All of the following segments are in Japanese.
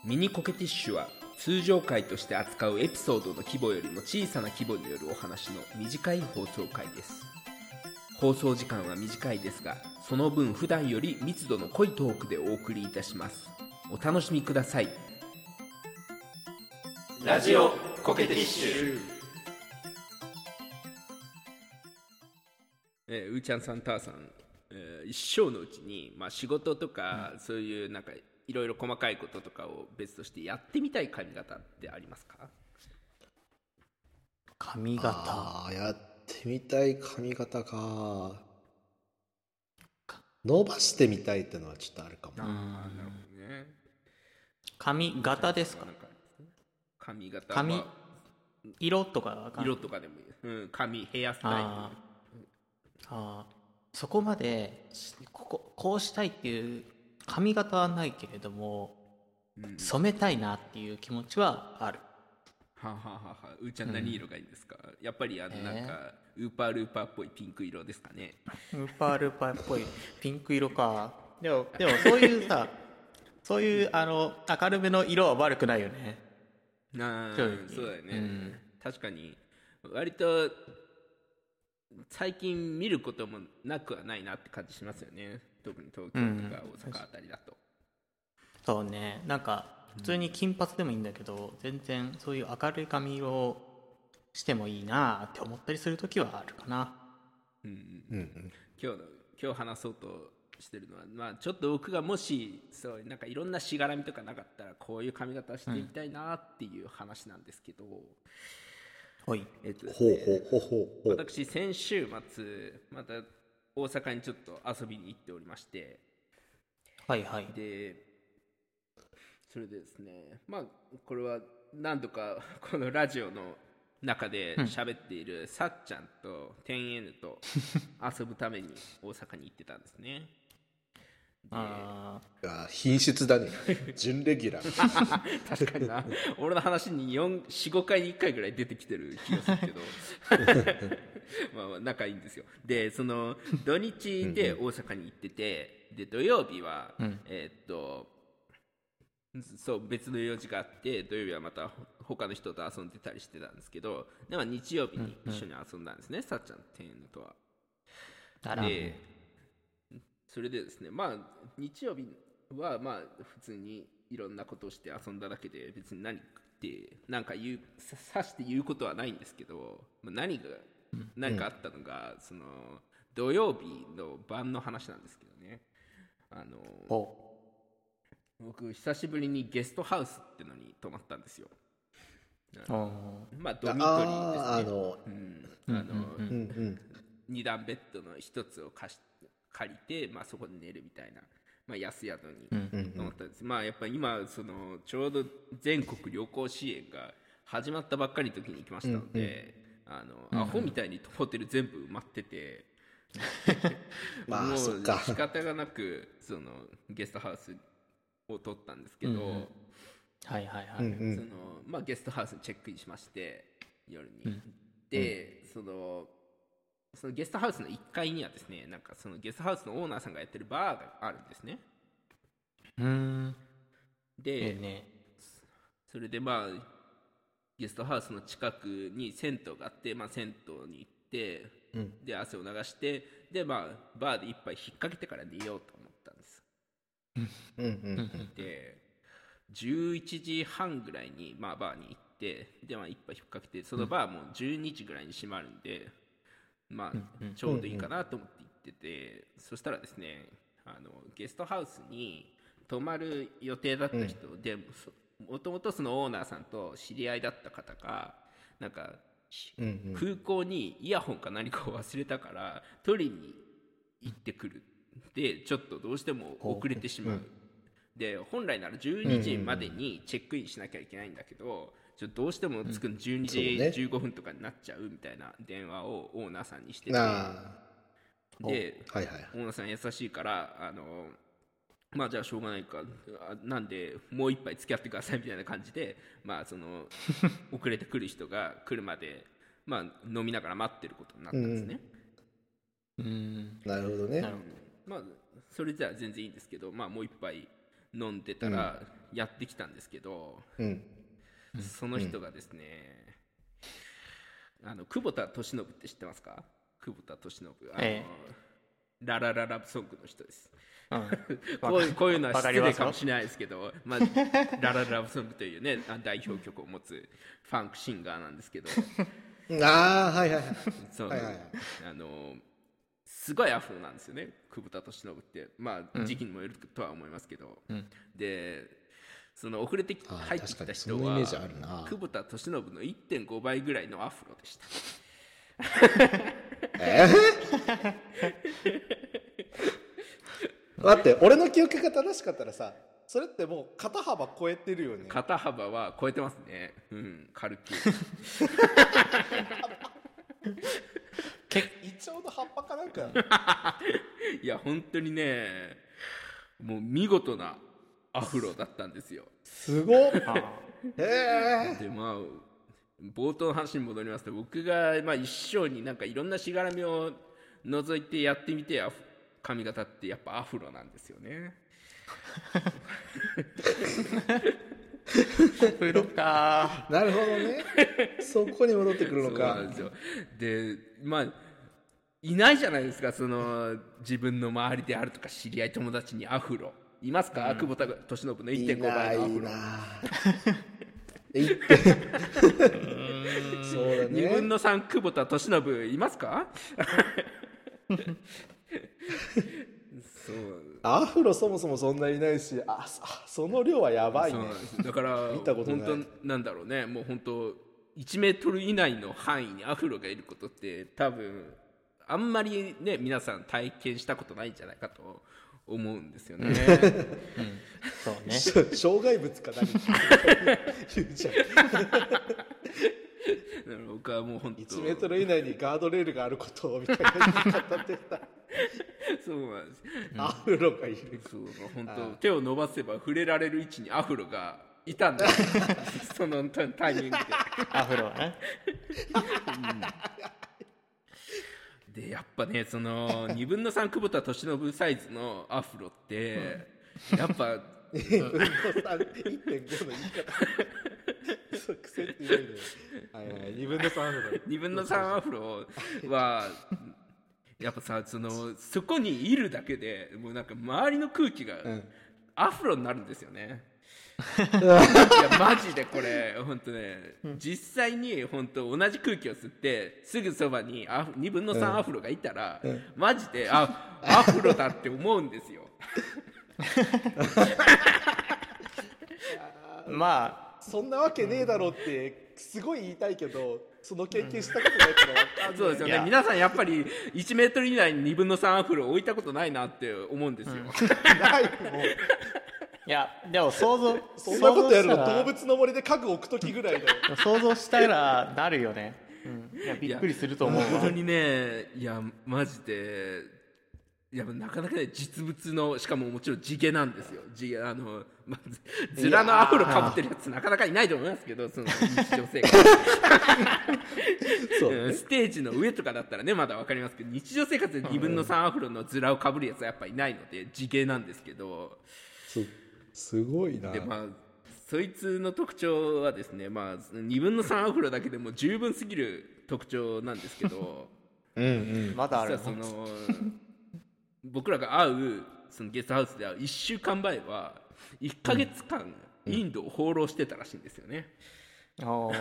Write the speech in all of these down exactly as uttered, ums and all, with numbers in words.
ミニコケティッシュは通常回として扱うエピソードの規模よりも小さな規模によるお話の短い放送回です。放送時間は短いですが、その分普段より密度の濃いトークでお送りいたします。お楽しみください。 ラジオコケティッシュ。 えー、うーちゃんさん、たーさん、えー、一生のうちに、まあ、仕事とか、うん、そういうなんかいろいろ細かいこととかを別としてやってみたい髪型ってありますか？ 髪型、 あー、やってみたい髪型か。伸ばしてみたいってのはちょっとあるかも。 あー、なるほどね。 髪型ですか？ 髪型、 髪、 まあ、 色とか色とかでもいい、うん、髪、ヘアスタイル。 ああ、そこまでこここうしたいっていう髪型はないけれども、うん、染めたいなっていう気持ちはある。 はあ、はあははあ、うーちゃん何色がいいんですか？うん、やっぱりあのなんか、えー、ウーパールーパーっぽいピンク色ですかね。 ウーパールーパーっぽいピンク色か。でもでもそういうさそういうあの明るめの色は悪くないよね。 あ、そうだよね、うん、確かに割と最近見ることもなくはないなって感じしますよね。特に東京とか大阪あたりだと、うん、 そうね。なんか普通に金髪でもいいんだけど、うん、全然そういう明るい髪色をしてもいいなって思ったりするときはあるかな。 うんうんうん、今日の今日話そうとしてるのは、まあ、ちょっと僕がもしそうなんかいろんなしがらみとかなかったらこういう髪型してみたいなっていう話なんですけど、 はい、 えっとですね、ほうほうほうほうほう。私先週末また大阪にちょっと遊びに行っておりまして、 はいはい。 でそれでですね、まあこれは何度かこのラジオの中で喋っているさっちゃんと テンエヌ と遊ぶために大阪に行ってたんですね。 ああ、品質だね。準レギュラー。 確かにな。俺の話によん、ごかいにいっかいぐらい出てきてる気がするけどまあまあ仲いいんですよ。でその土日で大阪に行ってて、で土曜日は、うん、えー、っとそう別の用事があって、土曜日はまた他の人と遊んでたりしてたんですけど、でも日曜日に一緒に遊んだんですね、うんうん、さっちゃんとテンエヌとは。でそれでですね、まあ日曜日はまあ普通にいろんなことをして遊んだだけで、別に何って何か言うさして言うことはないんですけど、何が何かあったのが、うん、その土曜日の晩の話なんですけどね、あの僕久しぶりにゲストハウスってのに泊まったんですよ。あまあドミトリーですね。あの、うんあの、うんうん、に段ベッドの一つを貸して借りて、まあ、そこで寝るみたいな、まあ、安宿に泊まったんです、うんうんうん。まあ、やっぱり今そのちょうど全国旅行支援が始まったばっかりの時に行きましたので、うんうん、あの、うんうん、アホみたいにホテル全部埋まっててまあ、 もう仕方がなくそのゲストハウスを取ったんですけど、うんうん、 はいはいはい、うんうん、 そのまあ、ゲストハウスにチェックインしまして夜に、うん、で、うん、そのそのゲストハウスのいっかいにはですね、なんかそのゲストハウスのオーナーさんがやってるバーがあるんですね。 うーんで、 ええね、 それでまあゲストハウスの近くに銭湯があって、まあ、銭湯に行って、うん、で汗を流して、でまあバーで一杯引っ掛けてから寝ようと思ったんです。 うんうんうん、 でじゅういちじはんぐらいに、まあ、バーに行って、でまあ一杯引っ掛けて、そのバーもじゅうにじぐらいに閉まるんで、まあ、ちょうどいいかなと思って行ってて、うんうん、そしたらですね、あのゲストハウスに泊まる予定だった人、うん、でもともとそのオーナーさんと知り合いだった方がなんか、うんうん、空港にイヤホンか何かを忘れたから取りに行ってくる。でちょっとどうしても遅れてしまう、うん、で本来ならじゅうにじまでにチェックインしなきゃいけないんだけど、ちょっとどうしても着くのじゅうにじじゅうごふんとかになっちゃうみたいな電話をオーナーさんにしてて、で、はいはい、オーナーさん優しいからあのまあじゃあしょうがないか、なんでもう一杯付き合ってくださいみたいな感じで、まあその遅れてくる人が来るまでまあ飲みながら待ってることになったんですね。 うん、 なるほどね。 まあそれじゃあ全然いいんですけど、まあもう一杯飲んでたらやってきたんですけど、 うん、 その人がですね、うん、あの久保田利伸って知ってますか？久保田利伸、あの、ええ、ララララブソングの人です、うん、こういう、こういうのは失礼かもしれないですけど、まあ、ラララブソングというね代表曲を持つファンクシンガーなんですけどああはいはいはいそう、 はいはいはい、 あのすごいアフロなんですよね、久保田利伸って。まあ時期にもよるとは思いますけど、うん、でその遅れて入ってきた人は久保田利伸の いってんご 倍ぐらいのアフロでしたえー、待って、俺の記憶が正しかったらさ、それってもう肩幅超えてるよね。 肩幅は超えてますね、うん、軽くイチョウの葉っぱかなんかいや本当にね、もう見事なアフロだったんですよ。 すごっへえ。 でまあ冒頭の話に戻りますと、僕がまあ一生になんかいろんなしがらみを除いてやってみて髪型ってやっぱアフロなんですよねアフロかなるほどねそこに戻ってくるのか。 そうなんですよ。でまあいないじゃないですか、その自分の周りであるとか知り合い友達にアフロいますか、うん、久保田利伸の いってんご 倍のアフロ。いないそうだね、にぶんのさん久保田利伸いますかそうアフロそもそもそんなにいないし、あその量はやばいね。 だから見たことない。 本当なんだろうね、もう本当いちメートル以内の範囲にアフロがいることって多分あんまりね皆さん体験したことないんじゃないかと思うんですよね、うん、 そうね障害物か何か言うじゃん僕はもう本当いちメートル以内にガードレールがあることをみたいな言い方でたそうなんです、 うん、アフロがいる。 そう本当手を伸ばせば触れられる位置にアフロがいたんだそのタイミングでアフロはね、 うん、でやっぱねそのにぶんのさん久保田利伸サイズのアフロって、うん、やっぱにぶんのさん いってんご の言い方そう癖って言うんだよ、はいはい、にぶんのさんアフロにぶんのさんアフロはやっぱさそのそこにいるだけでもうなんか周りの空気がアフロになるんですよね、うん、いやマジでこれ本当ね、うん、実際に本当同じ空気を吸ってすぐそばににぶんのさんアフロがいたら、うんうん、マジであアフロだって思うんですよまあそんなわけねえだろうってすごい言いたいけど、その経験したことないから分かんない。 そうですよね、皆さんやっぱりいちメートル以内ににぶんのさんアフロ置いたことないなって思うんですよ、うん、 ないもういやでも想像そんなことやるの動物の森で家具置くときぐらいだよ想像したらなるよね、うん、いやびっくりすると思うわ。 本当にね、いやマジでいやなかなかね実物のしかももちろん地毛なんですよ。地毛あの、まあ、ずらのアフロかぶってるやつなかなかいないと思いますけど、その日常生活そう、ね、ステージの上とかだったらねまだ分かりますけど、日常生活でにぶんのさんアフロのずらをかぶるやつはやっぱいないので地毛なんですけど、 す, すごいな。 でまあそいつの特徴はですね、まあ、にぶんのさんアフロだけでも十分すぎる特徴なんですけどうん、うん、 まだある実はその僕らが会うそのゲストハウスで会ういっしゅうかんまえはいっかげつかんインドを放浪してたらしいんですよね、 うん、お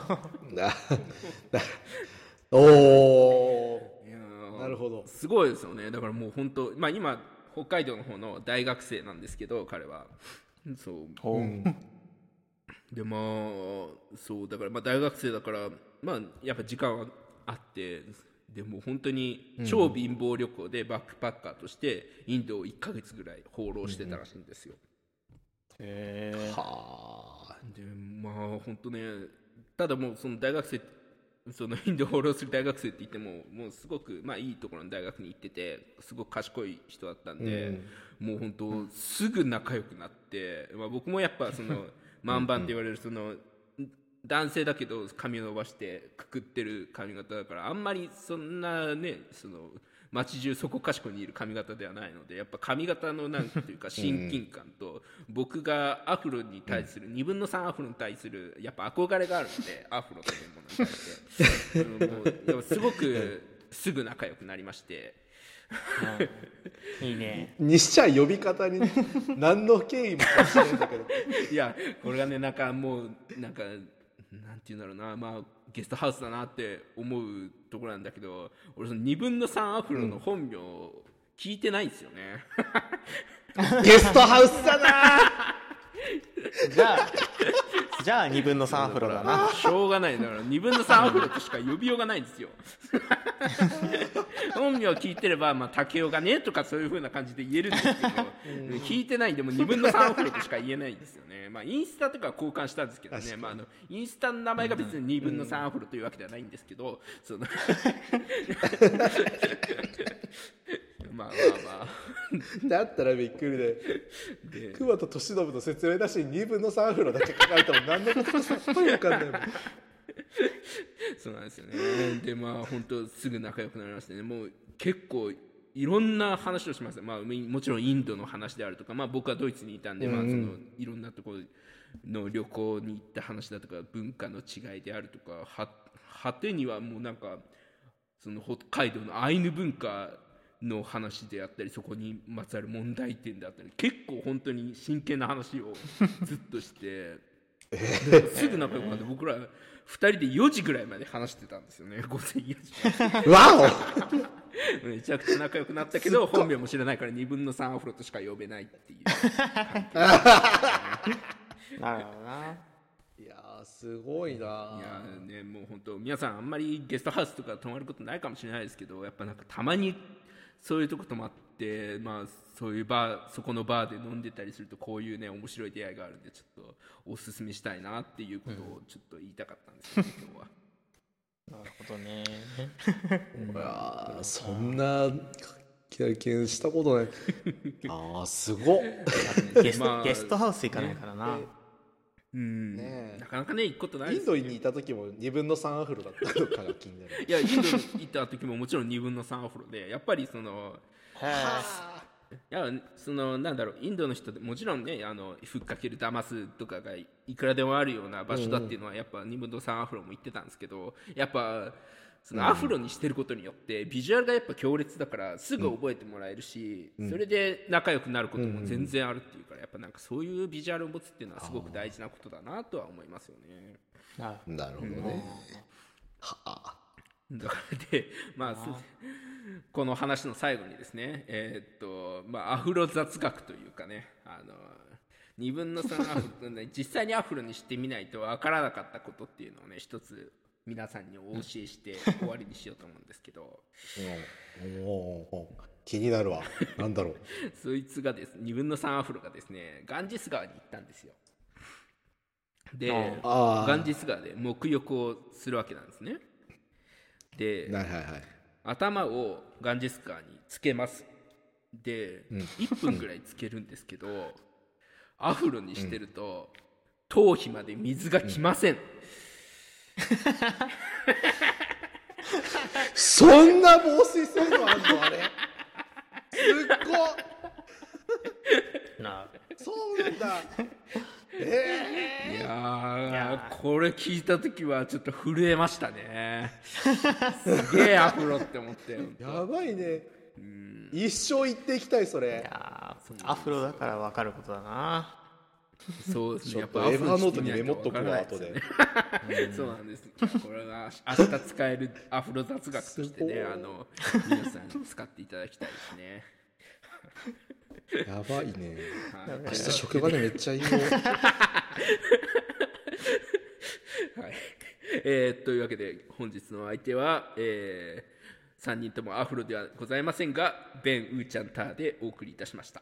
おなるほど、 すごいですよね。だからもう本当、まあ、今北海道の方の大学生なんですけど彼はそう、うん、でまあそうだからまあ大学生だからまあやっぱ時間はあって、でも本当に超貧乏旅行でバックパッカーとしてインドをいっかげつぐらい放浪してたらしいんですよ、 うん、へえ。 はあ。でまあ本当ね、ただもうその大学生そのインドを放浪する大学生って言ってももうすごくまあいいところの大学に行っててすごく賢い人だったんで、うん、もう本当すぐ仲良くなって、まあ、僕もやっぱその万番って言われるその男性だけど髪を伸ばしてくくってる髪型だからあんまりそんなねその街中そこかしこにいる髪型ではないので、やっぱ髪型のなんていうか親近感と僕がアフロに対するにぶんのさんアフロに対するやっぱ憧れがあるので、アフロというものに対してもうやっぱすごくすぐ仲良くなりまして、 うん、いいね。 にしちゃ呼び方に、ね、何の経緯も感じないんだけどいやこれがねなんかもうなんかなんていうんだろうな、まあゲストハウスだなって思うところなんだけど、俺そのにぶんのさんアフロの本名聞いてないんですよね、 うん、ゲストハウスだなじゃあじゃあにぶんのさんアフロだな。 しょうがないだからにぶんのさんアフロとしか呼びようがないんですよ本名聞いてれば、まあ、竹雄がねとかそういう風な感じで言えるんですけど聞いてないんでもにぶんのさんアフロとしか言えないんですよね。まあインスタとか交換したんですけどね、まあ、あのインスタの名前が別ににぶんのさんアフロというわけではないんですけど、そのまあまあまあだったらびっくりで、熊と俊信の説明だしにぶんのさんアフロだけ書かれても何のことかさっぱり分かんないもんそうなんですよね。でまあ本当すぐ仲良くなりましてね、もう結構いろんな話をします。まあもちろんインドの話であるとか、まあ僕はドイツにいたんで、うんうん、まあそのいろんなところの旅行に行った話だとか文化の違いであるとか、は果てにはもうなんかその北海道のアイヌ文化の話であったり、そこにまつわる問題点であったり、結構本当に真剣な話をずっとしてすぐ仲良くなって、僕らふたりでよじぐらいまで話してたんですよね、午前よじわおめちゃくちゃ仲良くなったけど本名も知らないからにぶんのさんアフロとしか呼べないっていうなるほどな。 いやーすごいな。いやね、もう本当皆さんあんまりゲストハウスとか泊まることないかもしれないですけど、やっぱなんかたまにそういうとこ泊まって、まあそういうバー、そこのバーで飲んでたりするとこういうね面白い出会いがあるんで、ちょっとおすすめしたいなっていうことをちょっと言いたかったんですよ、ね、うん、今日は。 なるほどね。 いやそんな経験したことないあーすごっゲスト、まあ、ゲストハウス行かないからな、ね、 うんね、なかなかね行くことないですインドにいた時もにぶんのさんアフロだったのかが気になる。 いやインドに行った時ももちろんにぶんのさんアフロで、やっぱりそのいやそのなんだろう、インドの人でもちろんね、あのふっかけるダマスとかがいくらでもあるような場所だっていうのはやっぱにぶんのさんアフロも言ってたんですけど、やっぱそのアフロにしてることによってビジュアルがやっぱ強烈だからすぐ覚えてもらえるし、うん、それで仲良くなることも全然あるっていうから、やっぱなんかそういうビジュアルを持つっていうのはすごく大事なことだなとは思いますよね。 なるほどね、うん、はあだからで、まあ、この話の最後にですね、えーっとまあ、アフロ雑学というかね、あのにぶんのさんアフロ、ね、実際にアフロにしてみないと分からなかったことっていうのをね一つ皆さんにお教えして終わりにしようと思うんですけどおお気になるわ。なんだろうそいつがですね、にぶんのさんアフロがですねガンジス川に行ったんですよ。でガンジス川で沐浴をするわけなんですね。で、はいはいはい、頭をガンジス川につけます。で、うん、いっぷんぐらいつけるんですけどアフロにしてると、うん、頭皮まで水がきません、うん、 そんな防水するのあんのあれすっごなそうなんだえー、いやいやこれ聞いた時はちょっと震えましたねすげえアフロって思ってやばいね、うん、一生言っていきたいそれ。いやアフロだから分かることだな。 そうですね、やっぱエヴァーノートにメモっとくわ後で、 うん、そうなんです。これが明日使えるアフロ雑学としてね、あの皆さん使っていただきたいですねやばいね、はい、明日職場でめっちゃいいよはい、 えー、というわけで本日の相手は、えー、さんにんともアフロではございませんがベン・ウーちゃんターでお送りいたしました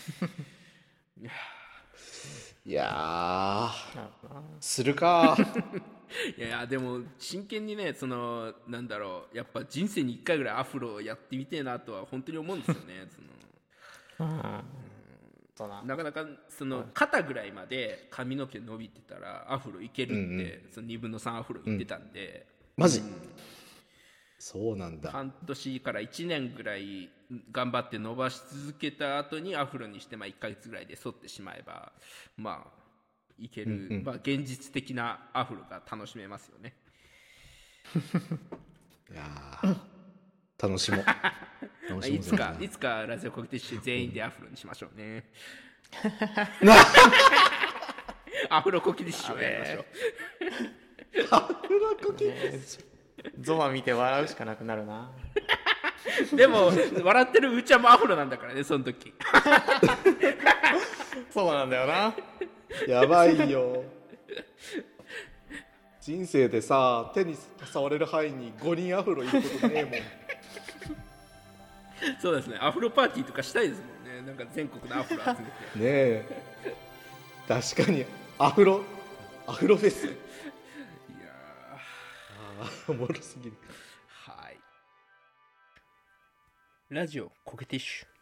いやするかいやいやでも真剣にね、そのなんだろう、やっぱ人生にいっかいぐらいアフロやってみてえなとは本当に思うんですよねその、うん、なかなかその肩ぐらいまで髪の毛伸びてたらアフロいけるって、うんうん、そのにぶんのさんアフロ言ってたんで、 うん、マジ、 うん、 そうなんだ。 半年からいちねんぐらい頑張って伸ばし続けた後にアフロにして、まあ、いっかげつぐらいで剃ってしまえばまあいける、 うんうん、 まあ、現実的なアフロが楽しめますよね。 いや楽しもう楽しもういつかいつかラジオコケティッシュ全員でアフロにしましょうね。アフロコケティッシュをやりましょう。 アフロコケティッシュゾマ見て笑うしかなくなるな。 でも笑ってるうちはもアフロなんだからね、その時。 そうなんだよな。 やばいよ。人生でさ手に触れる範囲にごにんアフロ行くことねえもん。 そうですね、アフロパーティーとかしたいですもんね。なんか全国のアフロ集めて。ねえ確かにアフロアフロフェス。いやーおもろすぎる。 はい。ラジオコケティッシュ。